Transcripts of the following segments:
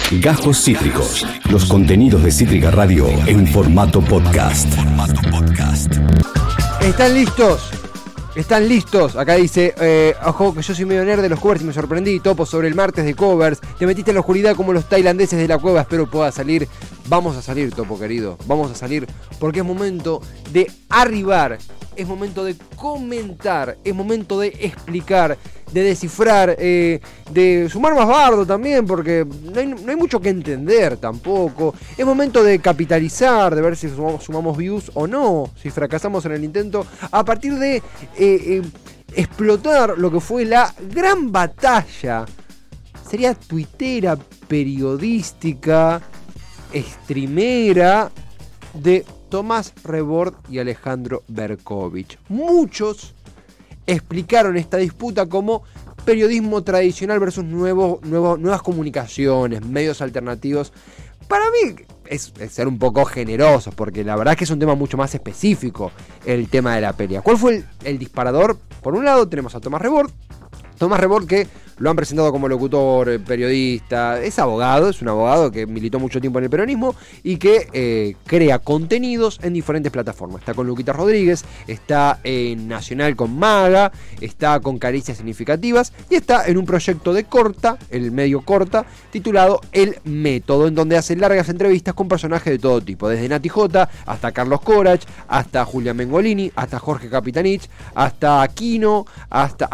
Gajos Cítricos. Los contenidos de Cítrica Radio en formato podcast. ¿Están listos? ¿Están listos? Acá dice, ojo que yo soy medio nerd de los covers y me sorprendí. Topo sobre el martes de covers. Te metiste en la oscuridad como los tailandeses de la cueva. Espero pueda salir. Vamos a salir, Topo querido. Vamos a salir porque es momento de arribar. Es momento de comentar. Es momento de explicar. De descifrar. De sumar más bardo también. Porque no hay mucho que entender tampoco. Es momento de capitalizar. De ver si sumamos views o no. Si fracasamos en el intento. A partir de explotar lo que fue la gran batalla. Sería tuitera, periodística, streamera de Tomás Rebord y Alejandro Berkovich. Muchos explicaron esta disputa como periodismo tradicional versus nuevas comunicaciones, medios alternativos. Para mí es ser un poco generosos, porque la verdad es que es un tema mucho más específico el tema de la pelea. ¿Cuál fue el disparador? Por un lado tenemos a Tomás Rebord. Tomás Rebord, que lo han presentado como locutor, periodista, es abogado, es un abogado que militó mucho tiempo en el peronismo y que crea contenidos en diferentes plataformas. Está con Luquita Rodríguez, está en Nacional con Maga, está con Caricias Significativas y está en un proyecto de Corta, el medio Corta, titulado El Método, en donde hace largas entrevistas con personajes de todo tipo, desde Nati J, hasta Carlos Corach, hasta Julia Mengolini, hasta Jorge Capitanich, hasta Aquino, hasta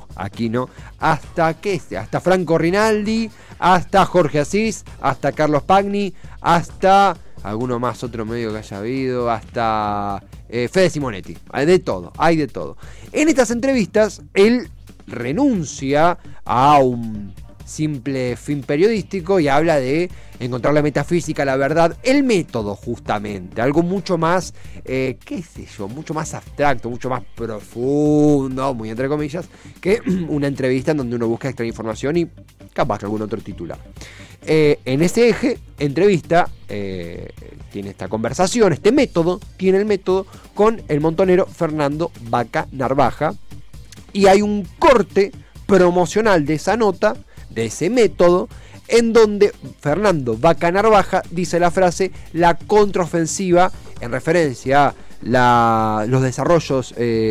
Franco Rinaldi, hasta Jorge Asís, hasta Carlos Pagni, hasta alguno más, otro medio que haya habido, hasta Fede Simonetti. Hay de todo. En estas entrevistas, él renuncia a un simple fin periodístico y habla de encontrar la metafísica, la verdad, el método justamente, algo mucho más, mucho más abstracto, mucho más profundo, muy entre comillas, que una entrevista en donde uno busca extraer información y capaz que algún otro titular. En ese eje, entrevista, tiene esta conversación, tiene el método con el montonero Fernando Vaca Narvaja, y hay un corte promocional de esa nota, de ese método, en donde Fernando Vaca Narvaja dice la frase la contraofensiva, en referencia a los desarrollos,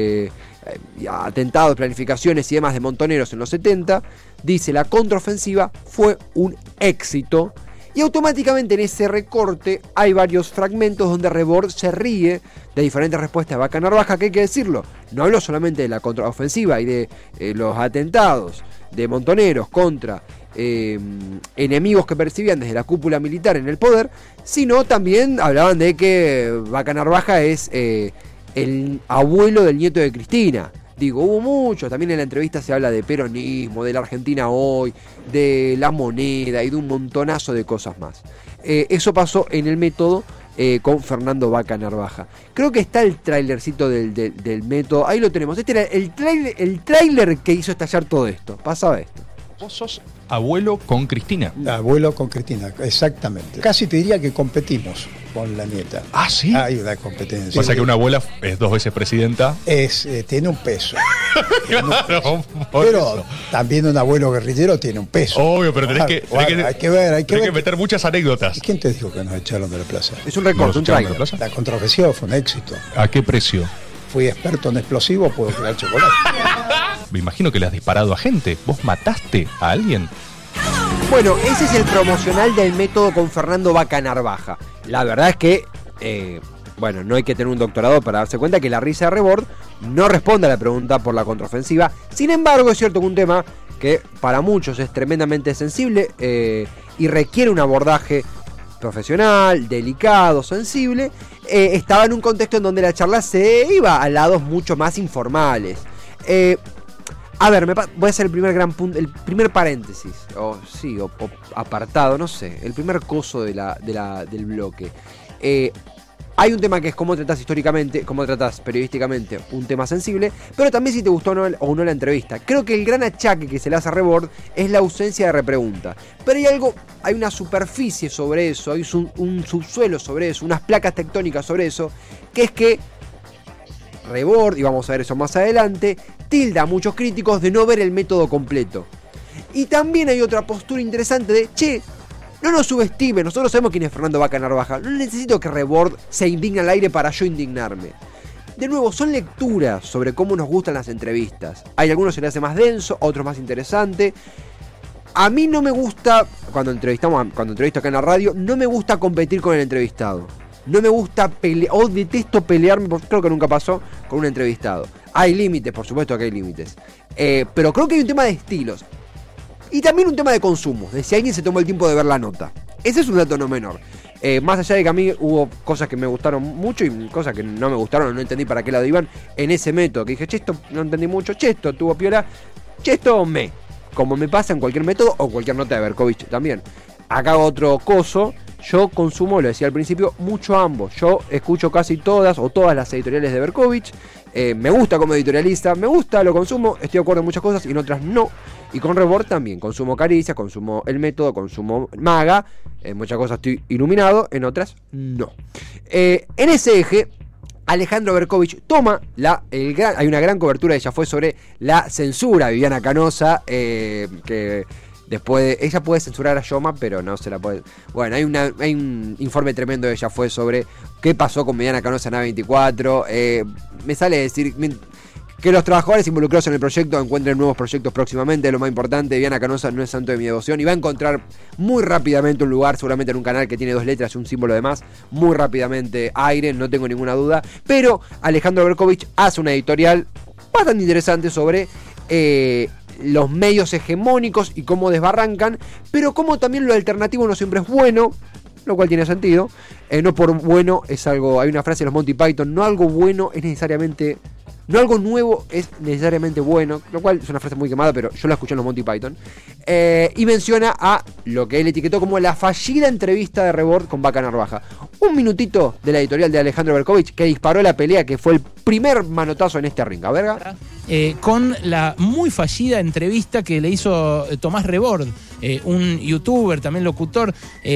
atentados, planificaciones y demás de montoneros en los 70, dice la contraofensiva fue un éxito. Y automáticamente en ese recorte hay varios fragmentos donde Rebord se ríe de diferentes respuestas de Vaca Narvaja, que hay que decirlo, no habló solamente de la contraofensiva y de los atentados de montoneros contra enemigos que percibían desde la cúpula militar en el poder, sino también hablaban de que Vaca Narvaja es el abuelo del nieto de Cristina. Digo, hubo mucho, también en la entrevista se habla de peronismo, de la Argentina hoy, de la moneda y de un montonazo de cosas más. Eso pasó en el método con Fernando Vaca Narvaja. Creo que está el trailercito del método, ahí lo tenemos. Este era el tráiler que hizo estallar todo esto. Pasaba esto. Vos sos abuelo con Cristina. Abuelo con Cristina, exactamente. Casi te diría que competimos con la nieta. Ah, ¿sí? Hay una competencia. Pasa que una abuela es 2 veces presidenta. Tiene un peso. Claro, pero también un abuelo guerrillero tiene un peso. Obvio, pero tenés que meter muchas anécdotas. ¿Quién te dijo que nos echaron de la plaza? Es un recorte, un trailer. La contraofensiva fue un éxito. ¿A qué precio? Fui experto en explosivos, puedo crear chocolate. Me imagino que le has disparado a gente. ¿Vos mataste a alguien? Bueno, ese es el promocional del método con Fernando Vaca Narvaja. La verdad es que, no hay que tener un doctorado para darse cuenta que la risa de Rebord no responde a la pregunta por la contraofensiva. Sin embargo, es cierto que un tema que para muchos es tremendamente sensible y requiere un abordaje profesional, delicado, sensible, estaba en un contexto en donde la charla se iba a lados mucho más informales. A ver, voy a hacer el primer gran punto, el primer paréntesis, o apartado, no sé, el primer coso del bloque. Hay un tema que es cómo tratás históricamente, cómo tratás periodísticamente un tema sensible, pero también si te gustó o no la entrevista. Creo que el gran achaque que se le hace a Rebord es la ausencia de repregunta. Pero hay una superficie sobre eso, hay un subsuelo sobre eso, unas placas tectónicas sobre eso, que es que Rebord, y vamos a ver eso más adelante, tilda a muchos críticos de no ver el método completo. Y también hay otra postura interesante de, No nos subestime, nosotros sabemos quién es Fernando Vaca Narvaja. No necesito que Rebord se indigne al aire para yo indignarme. De nuevo, son lecturas sobre cómo nos gustan las entrevistas. Hay algunos que se le hace más denso, otros más interesante. A mí no me gusta, cuando entrevisto acá en la radio, no me gusta competir con el entrevistado. No me gusta pelear, o detesto pelearme, porque creo que nunca pasó con un entrevistado. Hay límites, por supuesto que hay límites. Pero creo que hay un tema de estilos. Y también un tema de consumo, de si alguien se tomó el tiempo de ver la nota. Ese es un dato no menor. Más allá de que a mí hubo cosas que me gustaron mucho y cosas que no me gustaron o no entendí para qué lado iban en ese método. Que dije, che, esto no entendí mucho, che, esto tuvo piola, che, esto como me pasa en cualquier método o cualquier nota de Berkovich también. Acá hago otro coso. Yo consumo, lo decía al principio, mucho ambos. Yo escucho casi todas o todas las editoriales de Berkovich. Me gusta como editorialista, me gusta, lo consumo, estoy de acuerdo en muchas cosas y en otras no. Y con Rebord también, consumo Caricia, consumo El Método, consumo Maga. En muchas cosas estoy iluminado, en otras no. En ese eje, Alejandro Berkovich toma hay una gran cobertura, ella fue sobre la censura, Viviana Canosa, que... Después ella puede censurar a Yoma, pero no se la puede. Bueno, hay un informe tremendo de ella fue sobre qué pasó con Viviana Canosa en A24. Me sale decir que los trabajadores involucrados en el proyecto encuentren nuevos proyectos próximamente. Lo más importante, Viviana Canosa no es santo de mi devoción y va a encontrar muy rápidamente un lugar, seguramente en un canal que tiene 2 letras y un símbolo de más. Muy rápidamente aire, no tengo ninguna duda. Pero Alejandro Berkovich hace una editorial bastante interesante sobre los medios hegemónicos y cómo desbarrancan, pero como también lo alternativo no siempre es bueno, lo cual tiene sentido. No por bueno es algo, hay una frase de los Monty Python, no algo bueno es necesariamente, no algo nuevo es necesariamente bueno, lo cual es una frase muy quemada, pero yo la escuché en los Monty Python. Y menciona a lo que él etiquetó como la fallida entrevista de Rebord con Vaca Narvaja. Un minutito de la editorial de Alejandro Berkovich que disparó la pelea, que fue el primer manotazo en este ring. A verga. Con la muy fallida entrevista que le hizo Tomás Rebord, un youtuber, también locutor,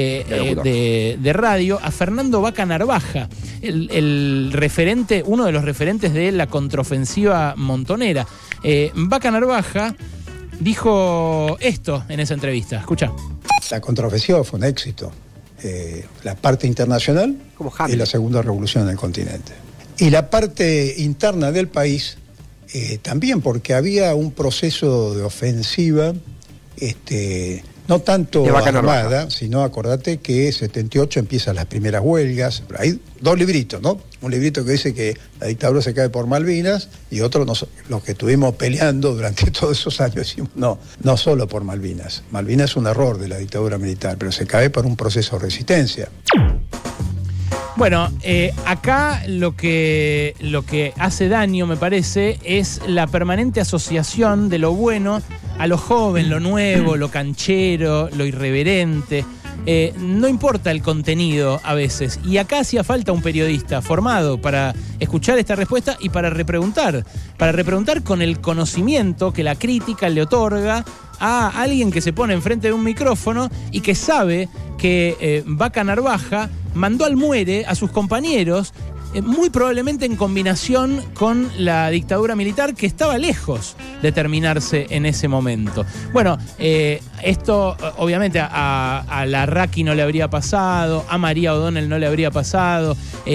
de radio, a Fernando Vaca Narvaja, el referente, uno de los referentes de la contraofensiva montonera. Vaca Narvaja dijo esto en esa entrevista. Escucha. La contraofensiva fue un éxito. La parte internacional es la segunda revolución en el continente. Y la parte interna del país también, porque había un proceso de ofensiva, no tanto armada, sino acordate que 78 empiezan las primeras huelgas. Hay 2 libritos, ¿no? Un librito que dice que la dictadura se cae por Malvinas y otro, los que estuvimos peleando durante todos esos años, decimos, no solo por Malvinas. Malvinas es un error de la dictadura militar, pero se cae por un proceso de resistencia. Bueno, acá lo que hace daño, me parece, es la permanente asociación de lo bueno a lo joven, lo nuevo, lo canchero, lo irreverente. No importa el contenido a veces. Y acá hacía falta un periodista formado para escuchar esta respuesta y para repreguntar con el conocimiento que la crítica le otorga a alguien que se pone enfrente de un micrófono y que sabe que Vaca Narvaja mandó al muere a sus compañeros, muy probablemente en combinación con la dictadura militar que estaba lejos de terminarse en ese momento. Bueno, esto obviamente a Larraqui no le habría pasado, a María O'Donnell no le habría pasado.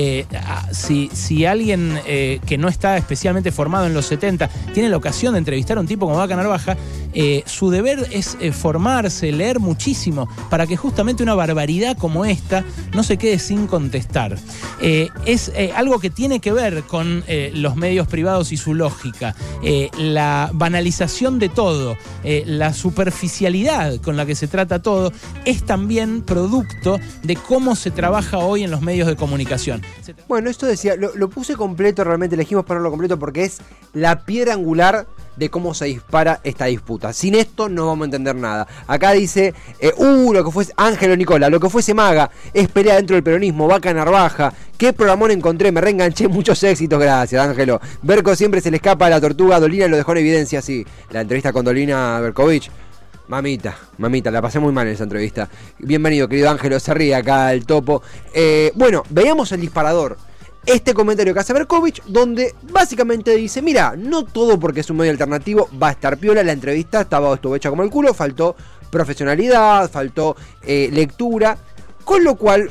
Si alguien que no está especialmente formado en los 70 tiene la ocasión de entrevistar a un tipo como Vaca Narvaja, su deber es formarse, leer muchísimo para que justamente una barbaridad como esta no se quede sin contestar. Es algo que tiene que ver con los medios privados y su lógica, la banalización de todo, la superficialidad con la que se trata todo, es también producto de cómo se trabaja hoy en los medios de comunicación. Bueno, esto decía, lo puse completo, realmente elegimos ponerlo completo porque es la piedra angular de cómo se dispara esta disputa. Sin esto no vamos a entender nada. Acá dice, lo que fue Ángelo Nicola, lo que fuese Maga, es pelea dentro del peronismo, Vaca Narvaja, qué programón encontré, me reenganché, muchos éxitos, gracias Ángelo. Berco siempre se le escapa a la tortuga, Dolina lo dejó en evidencia, sí. La entrevista con Dolina Berkovich, mamita, la pasé muy mal en esa entrevista. Bienvenido, querido Ángelo, se ríe acá el topo. Bueno, veamos el disparador. Este comentario que hace Berkovich, donde básicamente dice, mira, no todo porque es un medio alternativo va a estar piola, la entrevista estuvo hecha como el culo, faltó profesionalidad, faltó lectura, con lo cual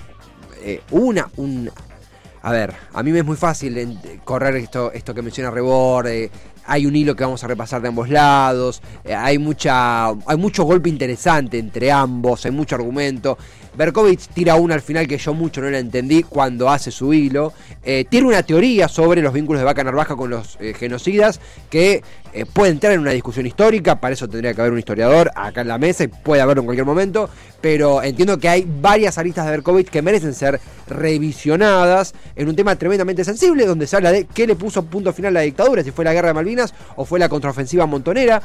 a ver, a mí me es muy fácil correr esto que menciona Rebord. Hay un hilo que vamos a repasar de ambos lados. Hay mucho golpe interesante entre ambos. Hay mucho argumento. Berkovich tira una al final que yo mucho no la entendí cuando hace su hilo. Tiene una teoría sobre los vínculos de Vaca Narvaja con los genocidas que puede entrar en una discusión histórica. Para eso tendría que haber un historiador acá en la mesa y puede haberlo en cualquier momento. Pero entiendo que hay varias aristas de Berkovich que merecen ser revisionadas en un tema tremendamente sensible, donde se habla de qué le puso punto final a la dictadura, si fue la guerra de Malvinas o fue la contraofensiva montonera.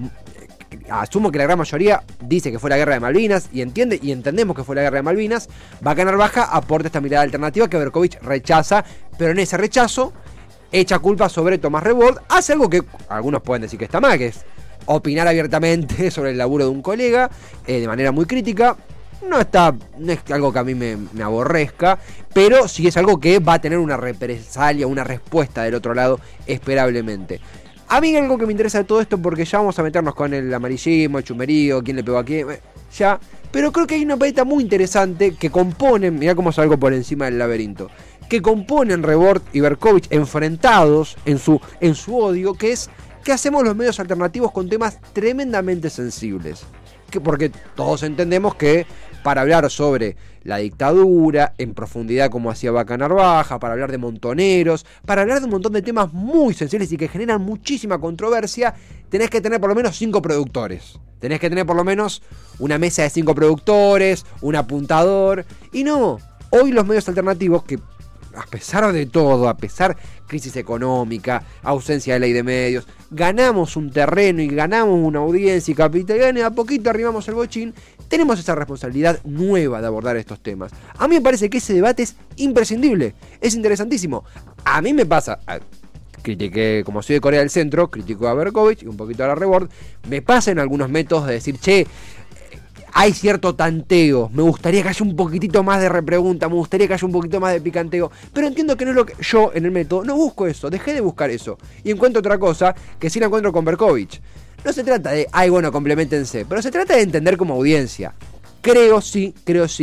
Asumo que la gran mayoría dice que fue la guerra de Malvinas y entendemos que fue la guerra de Malvinas. Vaca Narvaja aporta esta mirada alternativa que Berkovich rechaza, pero en ese rechazo echa culpa sobre Tomás Rebord. Hace algo que algunos pueden decir que está mal, que es opinar abiertamente sobre el laburo de un colega de manera muy crítica. No es algo que a mí me aborrezca, pero sí es algo que va a tener una represalia, una respuesta del otro lado, esperablemente. A mí hay algo que me interesa de todo esto, porque ya vamos a meternos con el amarillismo, el chumerío, quién le pegó a quién, ya. Pero creo que hay una paleta muy interesante que componen, mirá cómo salgo por encima del laberinto, que componen Rebord y Berkovich enfrentados en su odio, que es ¿qué hacemos los medios alternativos con temas tremendamente sensibles? Porque todos entendemos que para hablar sobre la dictadura en profundidad como hacía Vaca Narvaja, para hablar de montoneros, para hablar de un montón de temas muy sensibles y que generan muchísima controversia, tenés que tener por lo menos 5 productores. Tenés que tener por lo menos una mesa de 5 productores, un apuntador. Y no, hoy los medios alternativos, que a pesar de todo, a pesar crisis económica, ausencia de ley de medios, ganamos un terreno y ganamos una audiencia y capital, y a poquito arribamos el bochín, tenemos esa responsabilidad nueva de abordar estos temas. A mí me parece que ese debate es imprescindible, es interesantísimo. A mí me pasa, critiqué, como soy de Corea del Centro, critico a Berkovich y un poquito a la Rebord, me pasa en algunos métodos de decir, che, hay cierto tanteo, me gustaría que haya un poquitito más de repregunta, me gustaría que haya un poquito más de picanteo, pero entiendo que no es lo que yo en el método, no busco eso, dejé de buscar eso, y encuentro otra cosa que sí la encuentro con Berkovich. No se trata de, complementense, pero se trata de entender como audiencia. Creo sí,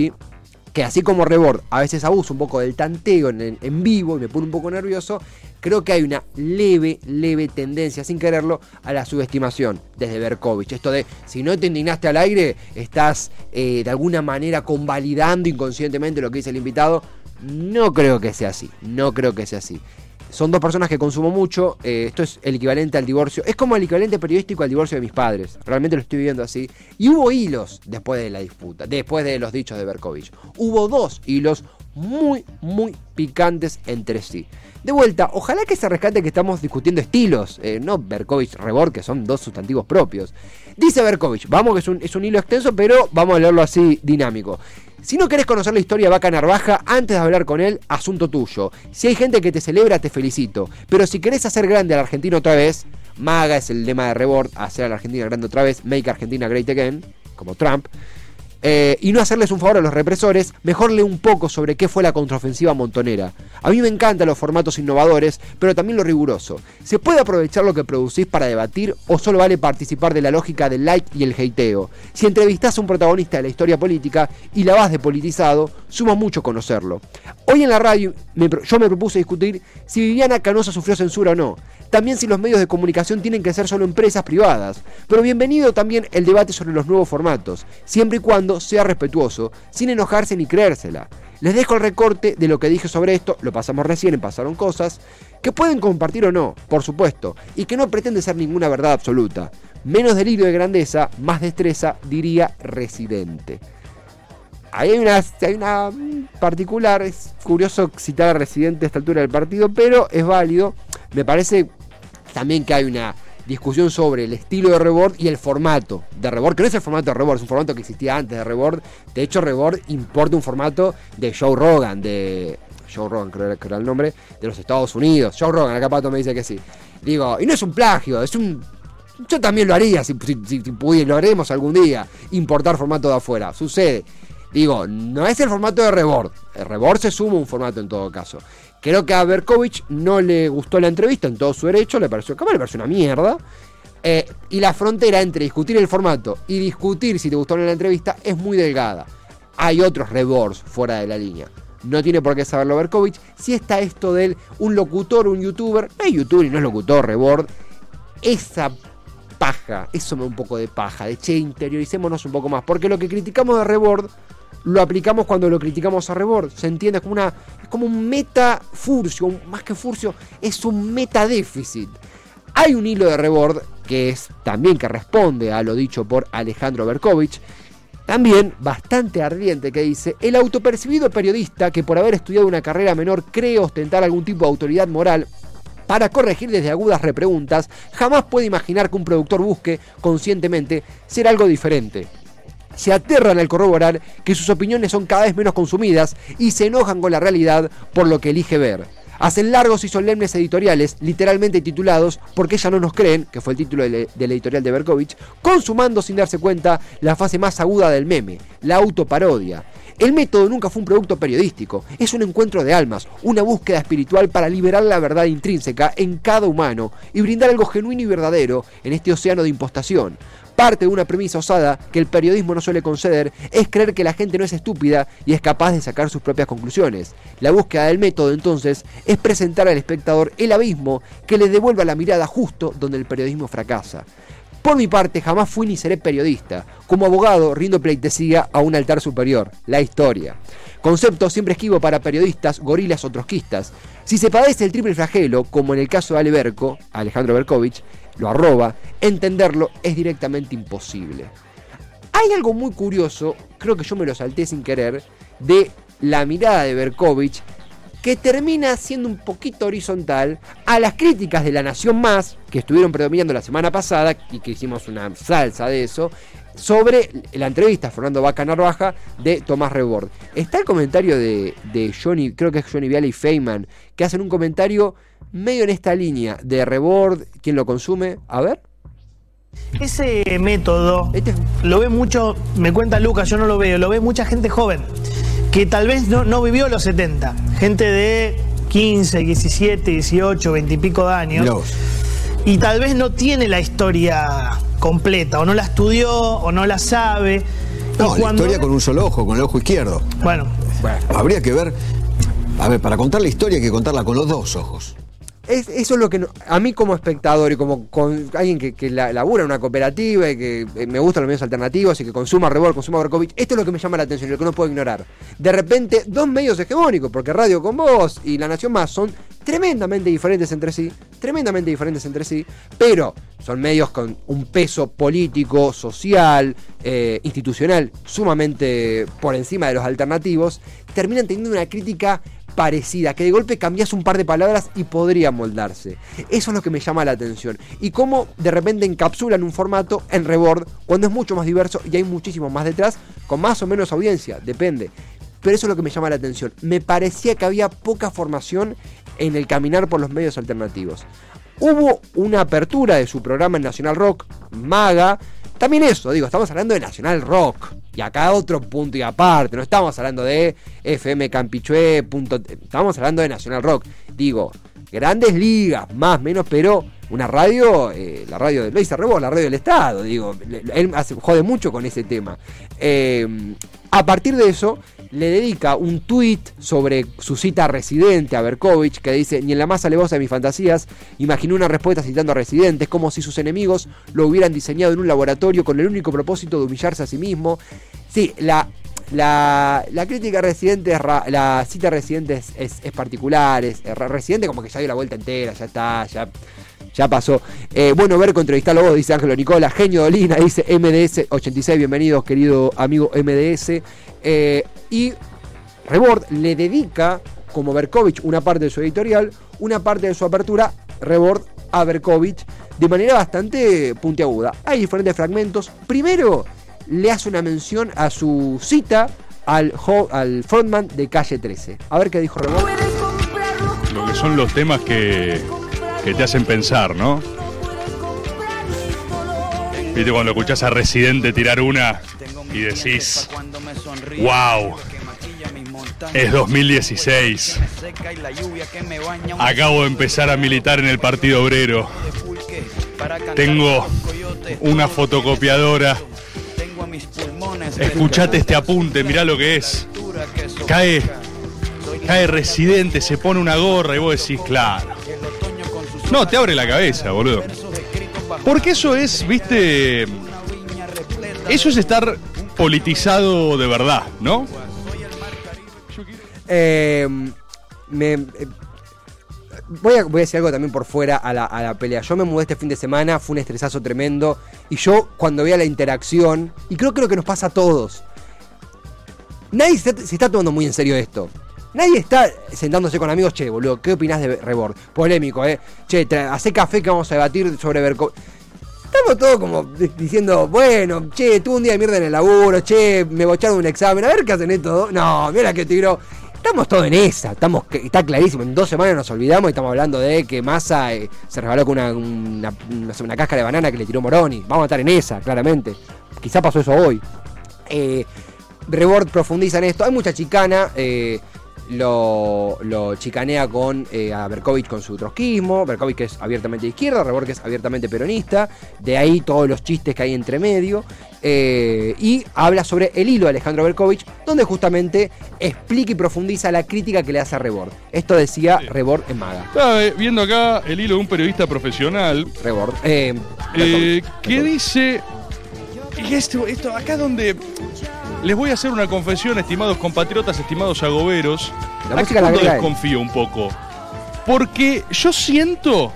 que así como Rebord a veces abuso un poco del tanteo en vivo y me pone un poco nervioso, creo que hay una leve tendencia, sin quererlo, a la subestimación desde Berkovich. Esto de, si no te indignaste al aire, estás de alguna manera convalidando inconscientemente lo que dice el invitado. No creo que sea así, Son dos personas que consumo mucho, esto es el equivalente al divorcio, es como el equivalente periodístico al divorcio de mis padres, realmente lo estoy viviendo así. Y hubo hilos después de la disputa, después de los dichos de Berkovich. Hubo 2 hilos muy picantes entre sí. De vuelta, ojalá que se rescate que estamos discutiendo estilos, no Berkovich, Rebord, que son 2 sustantivos propios. Dice Berkovich, vamos que es un hilo extenso, pero vamos a leerlo así dinámico. Si no querés conocer la historia de Vaca Narvaja, antes de hablar con él, asunto tuyo. Si hay gente que te celebra, te felicito. Pero si querés hacer grande a la Argentina otra vez, MAGA es el lema de Rebord, hacer a la Argentina grande otra vez, Make Argentina Great Again, como Trump. Y no hacerles un favor a los represores, mejor lee un poco sobre qué fue la contraofensiva montonera. A mí me encantan los formatos innovadores, pero también lo riguroso. ¿Se puede aprovechar lo que producís para debatir o solo vale participar de la lógica del like y el hateo? Si entrevistás a un protagonista de la historia política y la vas de politizado, suma mucho conocerlo. Hoy en la radio yo me propuse discutir si Viviana Canosa sufrió censura o no. También si los medios de comunicación tienen que ser solo empresas privadas. Pero bienvenido también el debate sobre los nuevos formatos, siempre y cuando sea respetuoso, sin enojarse ni creérsela. Les dejo el recorte de lo que dije sobre esto, lo pasamos recién en Pasaron Cosas, que pueden compartir o no, por supuesto, y que no pretende ser ninguna verdad absoluta. Menos delirio de grandeza, más destreza, diría Residente. Ahí hay una particular, es curioso citar a Residente a esta altura del partido, pero es válido. Me parece también que hay una discusión sobre el estilo de Rebord y el formato de Rebord, que no es el formato de Rebord, es un formato que existía antes de Rebord. De hecho, Rebord importa un formato de Joe Rogan, creo que era el nombre, de los Estados Unidos. Joe Rogan, acá Pato me dice que sí. Digo, y no es un plagio, yo también lo haría si pudiera, lo haremos algún día, importar formato de afuera, sucede. Digo, no es el formato de Rebord. El Rebord se suma un formato en todo caso. Creo que a Berkovich no le gustó la entrevista en todo su derecho, le pareció una mierda. Y la frontera entre discutir el formato y discutir si te gustó la entrevista es muy delgada. Hay otros rebords fuera de la línea. No tiene por qué saberlo Berkovich. Si está esto de un locutor, un youtuber, no es youtuber y no es locutor, rebord. Esa paja, eso me da un poco de paja, de interioricémonos un poco más. Porque lo que criticamos de rebord, lo aplicamos cuando lo criticamos a rebord. ¿Se entiende? Es como un meta furcio, más que furcio, es un meta déficit. Hay un hilo de rebord que es también que responde a lo dicho por Alejandro Berkovich, también bastante ardiente, que dice: el autopercibido periodista que por haber estudiado una carrera menor cree ostentar algún tipo de autoridad moral para corregir desde agudas repreguntas, jamás puede imaginar que un productor busque conscientemente ser algo diferente. Se aterran al corroborar que sus opiniones son cada vez menos consumidas y se enojan con la realidad por lo que elige ver. Hacen largos y solemnes editoriales, literalmente titulados "Porque ya no nos creen", que fue el título del editorial de Berkovich, consumando sin darse cuenta la fase más aguda del meme, la autoparodia. El método nunca fue un producto periodístico, es un encuentro de almas, una búsqueda espiritual para liberar la verdad intrínseca en cada humano y brindar algo genuino y verdadero en este océano de impostación. Parte de una premisa osada que el periodismo no suele conceder es creer que la gente no es estúpida y es capaz de sacar sus propias conclusiones. La búsqueda del método, entonces, es presentar al espectador el abismo que le devuelva la mirada justo donde el periodismo fracasa. Por mi parte, jamás fui ni seré periodista. Como abogado, rindo pleitesía a un altar superior, la historia. Concepto siempre esquivo para periodistas, gorilas o trotskistas. Si se padece el triple flagelo, como en el caso de Alejandro Berkovich, lo arroba, entenderlo es directamente imposible. Hay algo muy curioso, creo que yo me lo salté sin querer, de la mirada de Berkovich, que termina siendo un poquito horizontal a las críticas de La Nación Más, que estuvieron predominando la semana pasada, y que hicimos una salsa de eso, sobre la entrevista a Fernando Vaca Narvaja de Tomás Rebord. Está el comentario de Johnny, creo que es Johnny Viale y Feynman, que hacen un comentario medio en esta línea de Rebord, ¿quién lo consume? A ver. Ese método lo ve mucho, me cuenta Lucas, yo no lo veo, lo ve mucha gente joven, que tal vez no vivió los 70, gente de 15, 17, 18, 20 y pico de años, no. Y tal vez no tiene la historia completa, o no la estudió, o no la sabe. No, la historia con un solo ojo, con el ojo izquierdo. Bueno. Habría que ver, a ver, para contar la historia hay que contarla con los dos ojos. Eso es lo que a mí como espectador y como con alguien que labura en una cooperativa y que me gustan los medios alternativos y que consuma Rebord, consuma Berkovich, esto es lo que me llama la atención y lo que no puedo ignorar. De repente, dos medios hegemónicos, porque Radio Con Voz y La Nación Más son tremendamente diferentes entre sí, pero son medios con un peso político, social, institucional sumamente por encima de los alternativos, terminan teniendo una crítica parecida, que de golpe cambias un par de palabras y podría moldarse. Eso es lo que me llama la atención. Y cómo de repente encapsulan un formato en Rebord cuando es mucho más diverso y hay muchísimo más detrás, con más o menos audiencia, depende. Pero eso es lo que me llama la atención. Me parecía que había poca formación en el caminar por los medios alternativos. Hubo una apertura de su programa en Nacional Rock, Maga. También eso, estamos hablando de Nacional Rock. Y acá otro punto y aparte, no estamos hablando de FM Campichué, estamos hablando de Nacional Rock. Grandes ligas, más, menos, pero una radio, la radio de Luis Rebord, la radio del Estado, él jode mucho con ese tema. A partir de eso, le dedica un tuit sobre su cita a Residente, a Berkovich, que dice: ni en la más alevosa de mis fantasías imaginé una respuesta citando a Residente, es como si sus enemigos lo hubieran diseñado en un laboratorio con el único propósito de humillarse a sí mismo. Sí, la crítica a Residente, la cita a Residente es particular, Residente como que ya dio la vuelta entera, ya está, ya pasó. Bueno, Berco, entrevistarlo vos, dice Ángelo Nicola. Genio Dolina, dice MDS86, bienvenidos, querido amigo MDS. Y Rebord le dedica, como Berkovich, una parte de su editorial, una parte de su apertura, Rebord a Berkovich, de manera bastante puntiaguda. Hay diferentes fragmentos. Primero, le hace una mención a su cita al frontman de Calle 13. A ver qué dijo Rebord. Lo que son los temas que te hacen pensar, ¿no? Viste cuando escuchás a Residente tirar una y decís: wow, es 2016. Acabo de empezar a militar en el Partido Obrero. Tengo una fotocopiadora. Escuchate este apunte, mirá lo que es. Cae Residente, se pone una gorra y vos decís, claro. No, te abre la cabeza, boludo. Porque eso es, viste, eso es estar politizado de verdad, ¿no? Voy a decir algo también por fuera a la pelea. Yo me mudé este fin de semana, fue un estresazo tremendo. Y yo, cuando veía la interacción, y creo que nos pasa a todos, nadie se está tomando muy en serio esto. Nadie está sentándose con amigos, che, boludo, ¿qué opinás de Rebord? Polémico, che, hacé café que vamos a debatir sobre Berkovich. Estamos todos como diciendo, bueno, che, tuve un día de mierda en el laburo, che, me bocharon un examen, a ver qué hacen estos. No, mira que tiro. Estamos todos en esa, está clarísimo. En 2 semanas nos olvidamos y estamos hablando de que Massa se resbaló con una cáscara de banana que le tiró Moroni. Vamos a estar en esa, claramente. Quizá pasó eso hoy. Rebord profundiza en esto. Hay mucha chicana. Lo chicanea a Berkovich con su trotskismo. Berkovich, que es abiertamente de izquierda, Rebord, que es abiertamente peronista. De ahí todos los chistes que hay entre medio. Y habla sobre el hilo de Alejandro Berkovich, donde justamente explica y profundiza la crítica que le hace a Rebord. Esto decía Rebord en Maga. Estaba viendo acá el hilo de un periodista profesional. Rebord. Que dice... Y esto acá donde... Les voy a hacer una confesión, estimados compatriotas, estimados agoberos. La música la desconfío un poco. Porque yo siento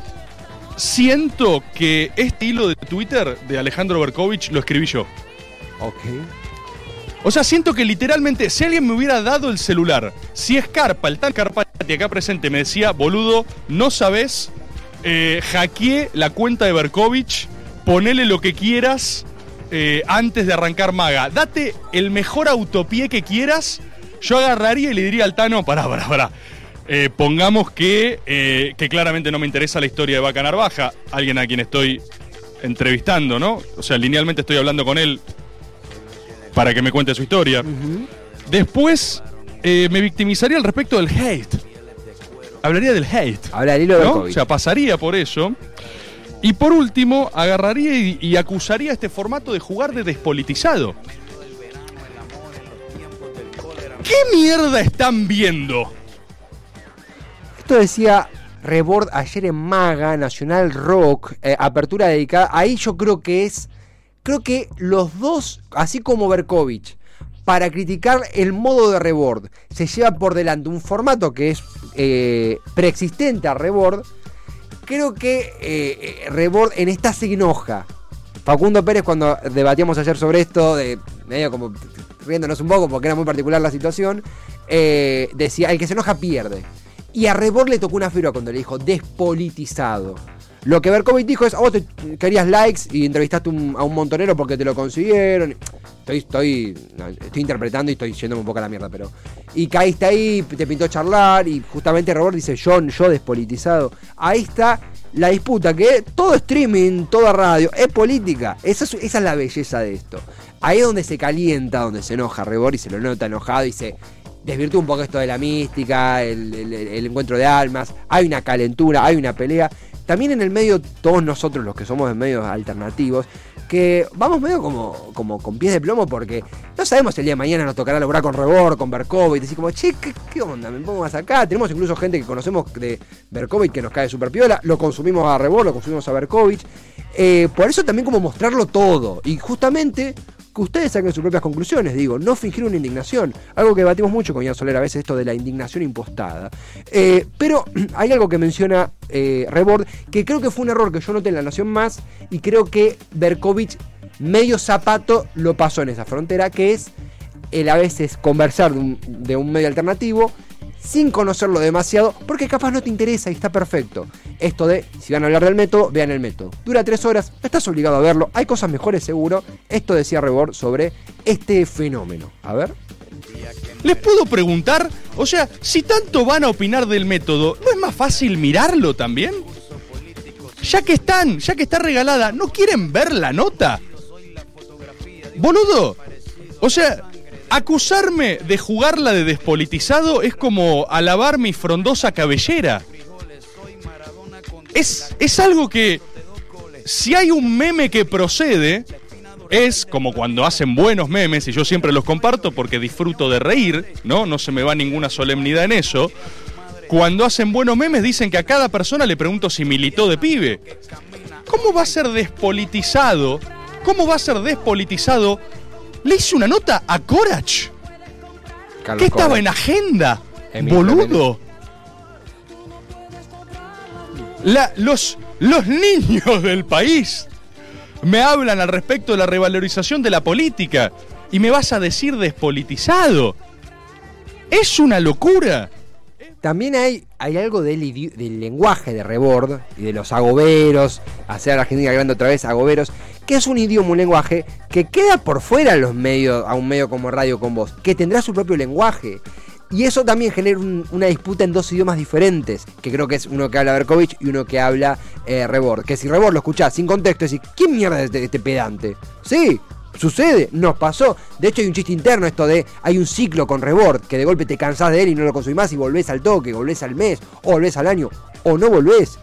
que este hilo de Twitter de Alejandro Berkovich lo escribí yo. Ok. O sea, siento que literalmente, si alguien me hubiera dado el celular, si Scarpa, el tal Carpati acá presente, me decía, boludo, no sabés, hackeé la cuenta de Berkovich, ponele lo que quieras antes de arrancar Maga. Date el mejor autopié que quieras, yo agarraría y le diría al Tano, pará. Pongamos que claramente no me interesa la historia de Vaca Narvaja, alguien a quien estoy entrevistando, ¿no? O sea, linealmente estoy hablando con él para que me cuente su historia. Uh-huh. Después me victimizaría al respecto del hate. Hablaría del hate. Hablaría, ¿no? O sea, pasaría por eso. Y por último, agarraría y acusaría este formato de jugar de despolitizado. ¿Qué mierda están viendo? Esto decía Rebord ayer en Maga, Nacional Rock, apertura dedicada. Ahí yo creo que los dos, así como Berkovich, para criticar el modo de Rebord, se lleva por delante un formato que es preexistente a Rebord. Creo que Rebord en esta se enoja. Facundo Pérez, cuando debatíamos ayer sobre esto, medio como riéndonos un poco porque era muy particular la situación, decía, el que se enoja pierde. Y a Rebord le tocó una fibra cuando le dijo despolitizado. Lo que Berkovich dijo es, vos te querías likes y entrevistaste a un montonero porque te lo consiguieron. Estoy interpretando y estoy yéndome un poco a la mierda, pero... Y caíste ahí, te pintó charlar y justamente Rebord dice, yo despolitizado. Ahí está la disputa, que todo streaming, toda radio, es política. Esa es la belleza de esto. Ahí es donde se calienta, donde se enoja Rebord y se lo nota enojado y se desvirtúa un poco esto de la mística, el encuentro de almas. Hay una calentura, hay una pelea. También en el medio, todos nosotros los que somos de medios alternativos, que vamos medio como con pies de plomo porque no sabemos si el día de mañana nos tocará laburar con Rebord, con Berkovich, decir como, che, ¿qué onda? ¿Me pongo más acá? Tenemos incluso gente que conocemos de Berkovich que nos cae súper piola, lo consumimos a Rebord, lo consumimos a Berkovich. Por eso también como mostrarlo todo y justamente que ustedes saquen sus propias conclusiones, digo, no fingir una indignación, algo que debatimos mucho con Ian Soler a veces, esto de la indignación impostada. Pero hay algo que menciona Rebord, que creo que fue un error que yo noté en La Nación Más, y creo que Berkovich medio zapato lo pasó en esa frontera, que es el a veces conversar de un medio alternativo sin conocerlo demasiado, porque capaz no te interesa y está perfecto. Esto de, si van a hablar del método, vean el método. Dura 3 horas, no estás obligado a verlo, hay cosas mejores seguro. Esto decía Rebord sobre este fenómeno. A ver. ¿Les puedo preguntar? O sea, si tanto van a opinar del método, ¿no es más fácil mirarlo también? Ya que está regalada, ¿no quieren ver la nota? Boludo, o sea... Acusarme de jugarla de despolitizado es como alabar mi frondosa cabellera. Es algo que si hay un meme que procede, es como cuando hacen buenos memes, y yo siempre los comparto porque disfruto de reír, ¿no? No se me va ninguna solemnidad en eso. Cuando hacen buenos memes dicen que a cada persona le pregunto si militó de pibe. ¿Cómo va a ser despolitizado? ¿Cómo va a ser despolitizado? Le hice una nota a Corach. ¿Qué estaba en agenda? Boludo. Los niños del país me hablan al respecto de la revalorización de la política y me vas a decir despolitizado. Es una locura. También hay algo del lenguaje de Rebord y de los agoberos, hacer a la Argentina grande otra vez, agoberos, que es un idioma, un lenguaje que queda por fuera de los medios, a un medio como Radio Con Voz, que tendrá su propio lenguaje. Y eso también genera una disputa en dos idiomas diferentes, que creo que es uno que habla Berkovich y uno que habla Rebord. Que si Rebord lo escuchás sin contexto, decís, ¿quién mierda es este pedante? Sí, sucede, nos pasó. De hecho hay un chiste interno esto de, hay un ciclo con Rebord, que de golpe te cansás de él y no lo consumís más y volvés al toque, volvés al mes, o volvés al año, o no volvés.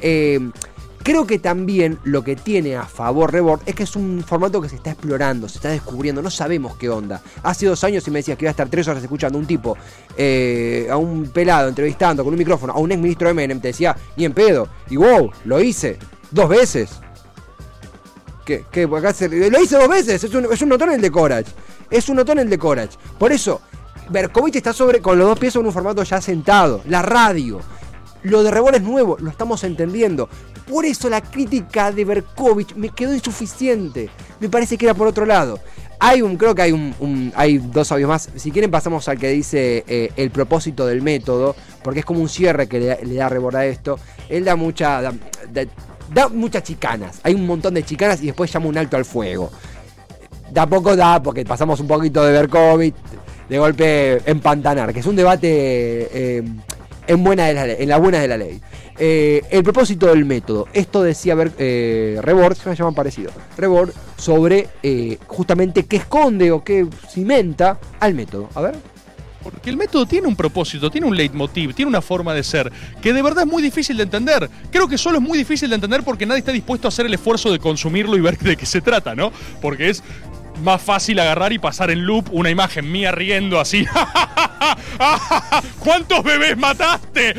Creo que también lo que tiene a favor Rebord es que es un formato que se está explorando, se está descubriendo, no sabemos qué onda. Hace 2 años si me decías que iba a estar 3 horas escuchando a un tipo, a un pelado entrevistando con un micrófono, a un ex ministro de Menem, te decía, ni en pedo. Y wow, lo hice 2 veces. ¿Qué? Acá lo hice 2 veces, es un notón el de Corach. Es un notón el de Corach. Por eso, Berkovich está con los 2 pies sobre un formato ya sentado, la radio. Lo de Rebord es nuevo, lo estamos entendiendo. Por eso la crítica de Berkovich me quedó insuficiente. Me parece que era por otro lado. Creo que hay 2 audios más. Si quieren pasamos al que dice el propósito del método, porque es como un cierre que le da Rebord a esto. Él da muchas chicanas. Hay un montón de chicanas y después llama un alto al fuego. Tampoco da, porque pasamos un poquito de Berkovich, de golpe empantanar, que es un debate en las buenas de la ley. El propósito del método. Esto decía Rebord, se me llama parecido. Rebord sobre justamente qué esconde o qué cimenta al método. A ver. Porque el método tiene un propósito, tiene un leitmotiv, tiene una forma de ser, que de verdad es muy difícil de entender. Creo que solo es muy difícil de entender porque nadie está dispuesto a hacer el esfuerzo de consumirlo y ver de qué se trata, ¿no? Porque es más fácil agarrar y pasar en loop una imagen mía riendo así. ¿Cuántos bebés mataste?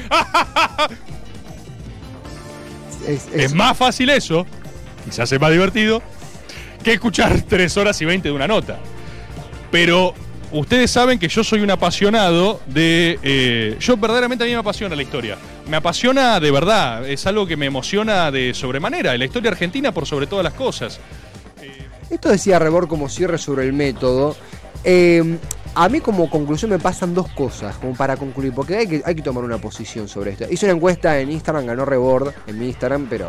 Es más fácil eso, y se hace más divertido, que escuchar 3 horas y 20 de una nota. Pero ustedes saben que yo soy un apasionado de... yo verdaderamente a mí me apasiona la historia. Me apasiona de verdad, es algo que me emociona de sobremanera. La historia argentina por sobre todas las cosas. Esto decía Rebord como cierre sobre el método. A mí como conclusión me pasan 2 cosas, como para concluir, porque hay que tomar una posición sobre esto. Hice una encuesta en Instagram, ganó Rebord en mi Instagram, pero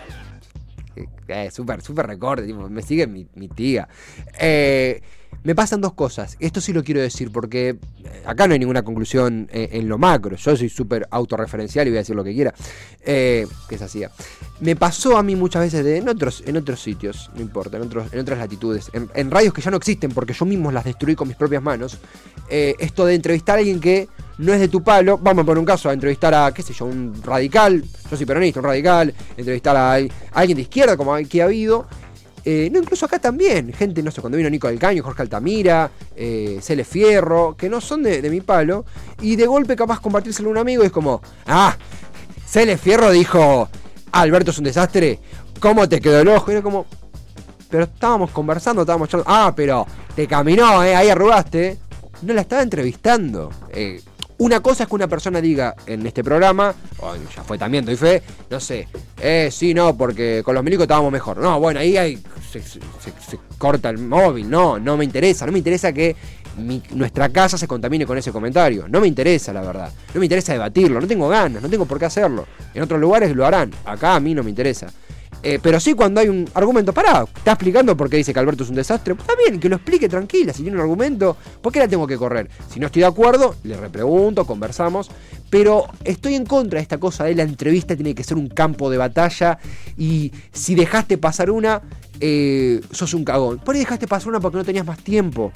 súper record, me sigue mi tía. Me pasan 2 cosas, esto sí lo quiero decir, porque acá no hay ninguna conclusión en lo macro, yo soy súper autorreferencial y voy a decir lo que quiera, que es así. Me pasó a mí muchas veces en otros sitios, no importa, en otras latitudes, en radios que ya no existen porque yo mismo las destruí con mis propias manos, esto de entrevistar a alguien que no es de tu palo. Vamos a poner un caso, a entrevistar a, qué sé yo, un radical, yo soy peronista, un radical, entrevistar a alguien de izquierda como aquí ha habido. No, incluso acá también, gente, no sé, cuando vino Nico del Caño, Jorge Altamira, Cele Fierro, que no son de mi palo, y de golpe capaz compartírselo a un amigo y es como, Cele Fierro dijo, Alberto es un desastre, ¿cómo te quedó el ojo? Y era como, pero estábamos conversando, estábamos charlando, pero te caminó, ahí arrugaste. No la estaba entrevistando. Una cosa es que una persona diga en este programa, ya fue también, doy fe, no sé, sí, no, porque con los milicos estábamos mejor. No, bueno, ahí se corta el móvil, no me interesa que nuestra casa se contamine con ese comentario. No me interesa, la verdad. No me interesa debatirlo, no tengo ganas, no tengo por qué hacerlo. En otros lugares lo harán, acá a mí no me interesa. Pero sí, cuando hay un argumento, está explicando por qué dice que Alberto es un desastre, pues está bien, que lo explique tranquila. Si tiene un argumento, ¿por qué la tengo que correr? Si no estoy de acuerdo, le repregunto, conversamos. Pero estoy en contra de esta cosa de la entrevista tiene que ser un campo de batalla. Y si dejaste pasar una, sos un cagón. Por ahí dejaste pasar una porque no tenías más tiempo.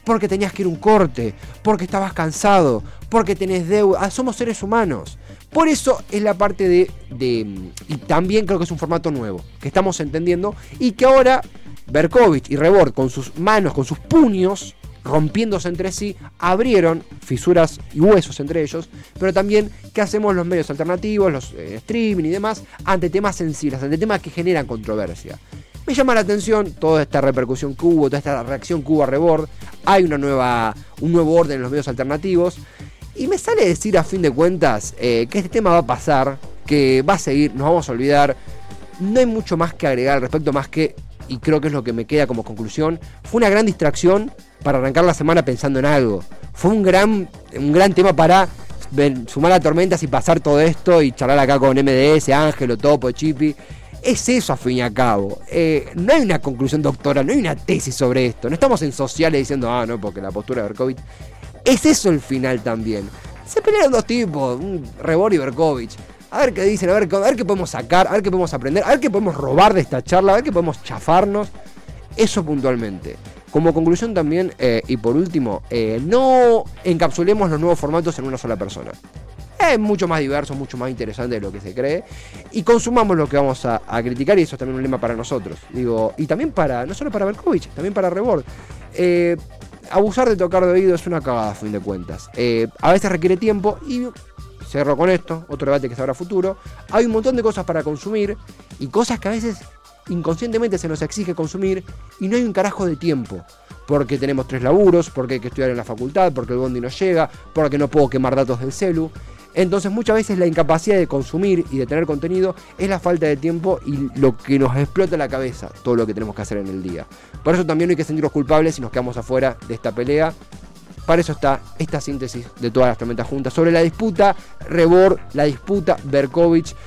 porque tenías que ir a un corte, porque estabas cansado, porque tenés deuda. Somos seres humanos. Por eso es la parte de... Y también creo que es un formato nuevo, que estamos entendiendo, y que ahora Berkovich y Rebord, con sus manos, con sus puños, rompiéndose entre sí, abrieron fisuras y huesos entre ellos, pero también qué hacemos los medios alternativos, los streaming y demás, ante temas sensibles, ante temas que generan controversia. Me llama la atención toda esta repercusión que hubo, toda esta reacción que hubo a Rebord. Hay un nuevo orden en los medios alternativos, y me sale decir a fin de cuentas que este tema va a pasar, que va a seguir, nos vamos a olvidar. No hay mucho más que agregar al respecto, más que, y creo que es lo que me queda como conclusión, fue una gran distracción para arrancar la semana pensando en algo. Fue un gran tema para sumar a tormentas y pasar todo esto y charlar acá con MDS, Ángelo, Topo, Chipi. Es eso a fin y a cabo. No hay una conclusión doctoral, no hay una tesis sobre esto. No estamos en sociales diciendo, no, porque la postura de Berkovich. Es eso el final también. Se pelearon dos tipos, Rebord y Berkovich. A ver qué dicen, a ver qué podemos sacar, a ver qué podemos aprender, a ver qué podemos robar de esta charla, a ver qué podemos chafarnos. Eso puntualmente. Como conclusión también, y por último, no encapsulemos los nuevos formatos en una sola persona. Es mucho más diverso, mucho más interesante de lo que se cree. Y consumamos lo que vamos a criticar, y eso es también un lema para nosotros. Digo, y también no solo para Berkovich, también para Rebord. Abusar de tocar de oído es una cagada, a fin de cuentas. A veces requiere tiempo, y cerro con esto, otro debate que se habrá futuro. Hay un montón de cosas para consumir, y cosas que a veces inconscientemente se nos exige consumir, y no hay un carajo de tiempo. Porque tenemos 3 laburos, porque hay que estudiar en la facultad, porque el bondi no llega, porque no puedo quemar datos del celu. Entonces muchas veces la incapacidad de consumir y de tener contenido es la falta de tiempo y lo que nos explota la cabeza, todo lo que tenemos que hacer en el día. Por eso también no hay que sentirnos culpables si nos quedamos afuera de esta pelea. Para eso está esta síntesis de todas las tormentas juntas. Sobre la disputa Rebord, la disputa Berkovich.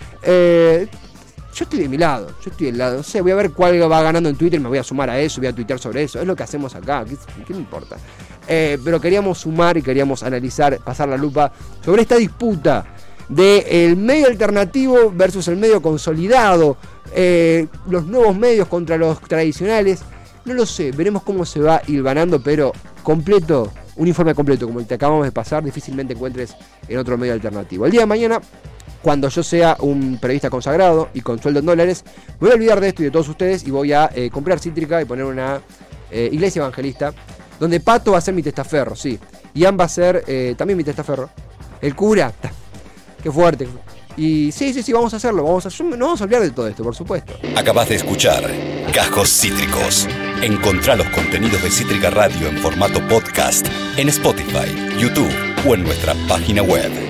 Yo estoy de mi lado, yo estoy del lado, no sé, voy a ver cuál va ganando en Twitter, me voy a sumar a eso, voy a tuitear sobre eso, es lo que hacemos acá, ¿qué me importa? Pero queríamos sumar y queríamos analizar, pasar la lupa sobre esta disputa del medio alternativo versus el medio consolidado, los nuevos medios contra los tradicionales. No lo sé, veremos cómo se va hilvanando, pero completo, un informe completo como el que acabamos de pasar, difícilmente encuentres en otro medio alternativo. El día de mañana, cuando yo sea un periodista consagrado y con sueldo en dólares, me voy a olvidar de esto y de todos ustedes y voy a comprar Cítrica y poner una iglesia evangelista, donde Pato va a ser mi testaferro, sí. Ian va a ser también mi testaferro. El cura, qué fuerte. Y sí, vamos a hacerlo. No vamos a olvidar de todo esto, por supuesto. Acabas de escuchar Cajos Cítricos. Encontrá los contenidos de Cítrica Radio en formato podcast en Spotify, YouTube o en nuestra página web.